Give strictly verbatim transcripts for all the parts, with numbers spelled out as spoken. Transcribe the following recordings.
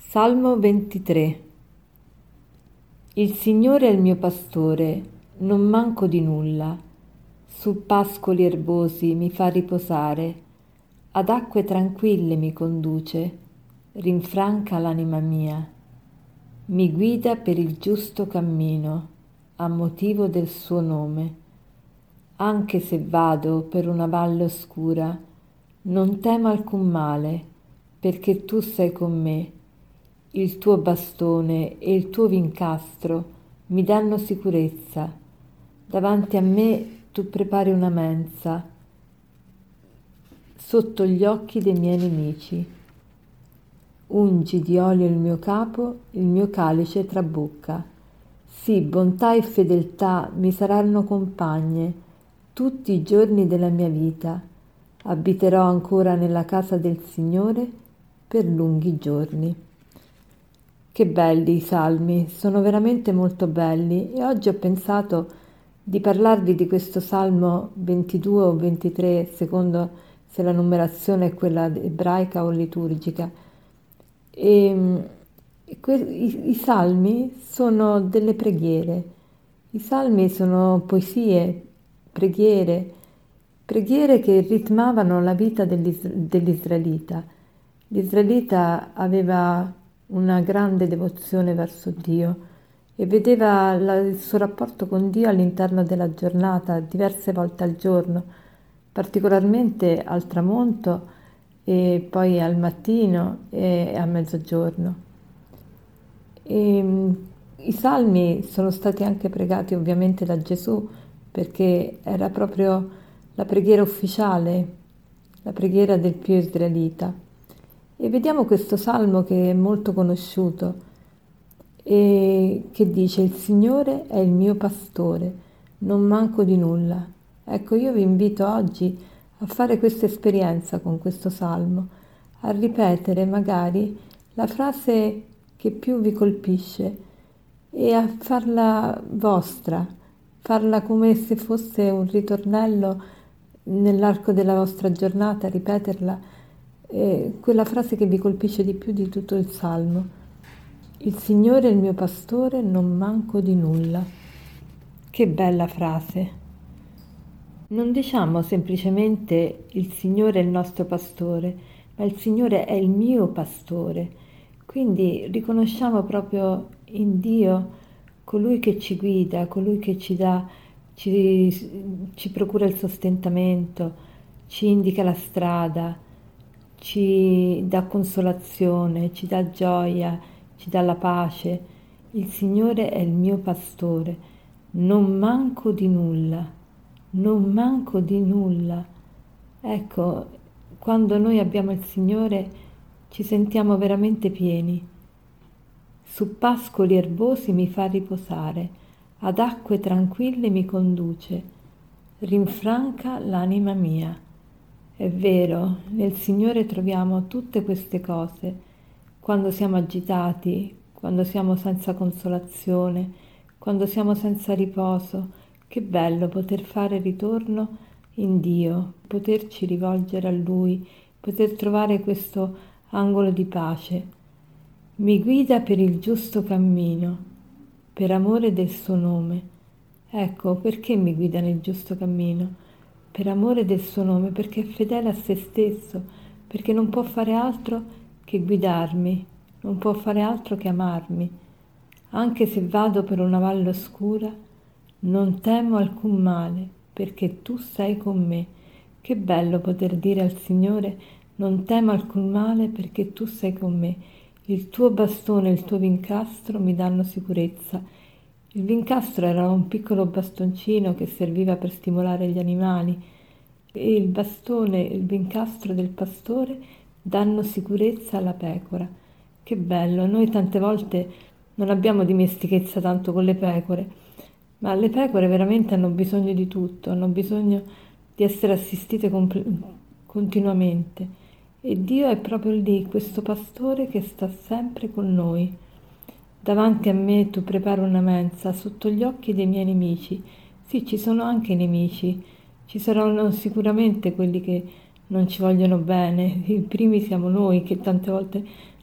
Salmo ventitré. Il Signore è il mio pastore, non manco di nulla. Su pascoli erbosi mi fa riposare, ad acque tranquille mi conduce, rinfranca l'anima mia. Mi guida per il giusto cammino, a motivo del suo nome. Anche se vado per una valle oscura, non temo alcun male, perché tu sei con me. Il tuo bastone e il tuo vincastro mi danno sicurezza. Davanti a me tu prepari una mensa sotto gli occhi dei miei nemici. Ungi di olio il mio capo, il mio calice trabocca. Sì, bontà e fedeltà mi saranno compagne tutti i giorni della mia vita. Abiterò ancora nella casa del Signore per lunghi giorni. Che belli i salmi, sono veramente molto belli e oggi ho pensato di parlarvi di questo salmo ventidue o ventitré, secondo se la numerazione è quella ebraica o liturgica. E, e que- i, I salmi sono delle preghiere, i salmi sono poesie, preghiere, preghiere che ritmavano la vita dell'is- dell'israelita. L'israelita aveva una grande devozione verso Dio e vedeva la- il suo rapporto con Dio all'interno della giornata, diverse volte al giorno, particolarmente al tramonto e poi al mattino e a mezzogiorno. E, mh, I salmi sono stati anche pregati ovviamente da Gesù perché era proprio la preghiera ufficiale, la preghiera del più israelita. E vediamo questo salmo che è molto conosciuto e che dice: il Signore è il mio pastore, non manco di nulla. Ecco, io vi invito oggi a fare questa esperienza con questo salmo, a ripetere magari la frase che più vi colpisce e a farla vostra, farla come se fosse un ritornello nell'arco della vostra giornata, ripeterla, eh, quella frase che vi colpisce di più di tutto il salmo. Il Signore è il mio pastore, non manco di nulla. Che bella frase! Non diciamo semplicemente il Signore è il nostro pastore, ma il Signore è il mio pastore. Quindi riconosciamo proprio in Dio colui che ci guida, colui che ci dà, ci, ci procura il sostentamento, ci indica la strada, ci dà consolazione, ci dà gioia, ci dà la pace. Il Signore è il mio pastore, non manco di nulla. Non manco di nulla. Ecco, quando noi abbiamo il Signore ci sentiamo veramente pieni. Su pascoli erbosi mi fa riposare, ad acque tranquille mi conduce, rinfranca l'anima mia. È vero, nel Signore troviamo tutte queste cose. Quando siamo agitati, quando siamo senza consolazione, quando siamo senza riposo, che bello poter fare ritorno in Dio, poterci rivolgere a Lui, poter trovare questo angolo di pace. Mi guida per il giusto cammino, per amore del suo nome. Ecco, perché mi guida nel giusto cammino? Per amore del suo nome, perché è fedele a se stesso, perché non può fare altro che guidarmi, non può fare altro che amarmi. Anche se vado per una valle oscura, non temo alcun male, perché tu sei con me. Che bello poter dire al Signore: non temo alcun male, perché tu sei con me. Il tuo bastone e il tuo vincastro mi danno sicurezza. Il vincastro era un piccolo bastoncino che serviva per stimolare gli animali e il bastone e il vincastro del pastore danno sicurezza alla pecora. Che bello, noi tante volte non abbiamo dimestichezza tanto con le pecore, ma le pecore veramente hanno bisogno di tutto, hanno bisogno di essere assistite compl- continuamente. E Dio è proprio lì, questo pastore che sta sempre con noi. Davanti a me tu prepari una mensa sotto gli occhi dei miei nemici. Sì, ci sono anche i nemici, ci saranno sicuramente quelli che non ci vogliono bene. I primi siamo noi che tante volte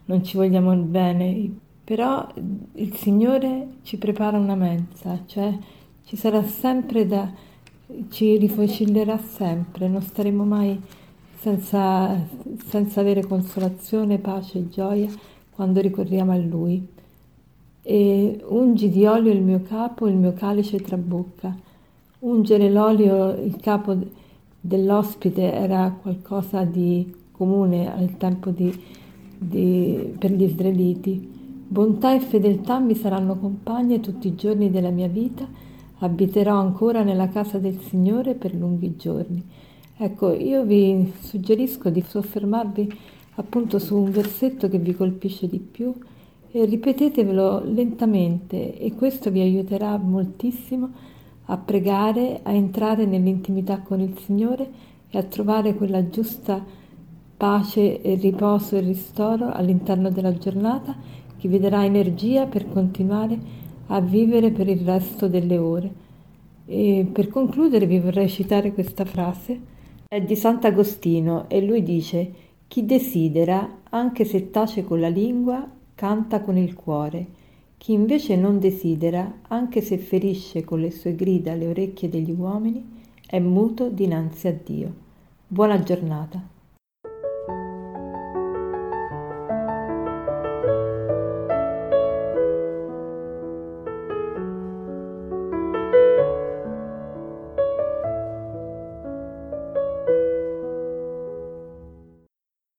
non ci vogliamo il bene, però il Signore ci prepara una mensa, cioè ci sarà sempre da, ci rifocillerà sempre, non staremo mai senza, senza avere consolazione, pace e gioia quando ricorriamo a Lui. E ungi di olio il mio capo, il mio calice trabocca. Ungere l'olio, il capo dell'ospite era qualcosa di comune al tempo di, di- per gli israeliti. Bontà e fedeltà mi saranno compagne tutti i giorni della mia vita, abiterò ancora nella casa del Signore per lunghi giorni. Ecco, io vi suggerisco di soffermarvi appunto su un versetto che vi colpisce di più e ripetetevelo lentamente e questo vi aiuterà moltissimo a pregare, a entrare nell'intimità con il Signore e a trovare quella giusta pace e riposo e ristoro all'interno della giornata che vi darà energia per continuare a vivere per il resto delle ore. E per concludere vi vorrei citare questa frase, è di Sant'Agostino e lui dice: chi desidera, anche se tace con la lingua, canta con il cuore. Chi invece non desidera, anche se ferisce con le sue grida le orecchie degli uomini, è muto dinanzi a Dio. Buona giornata.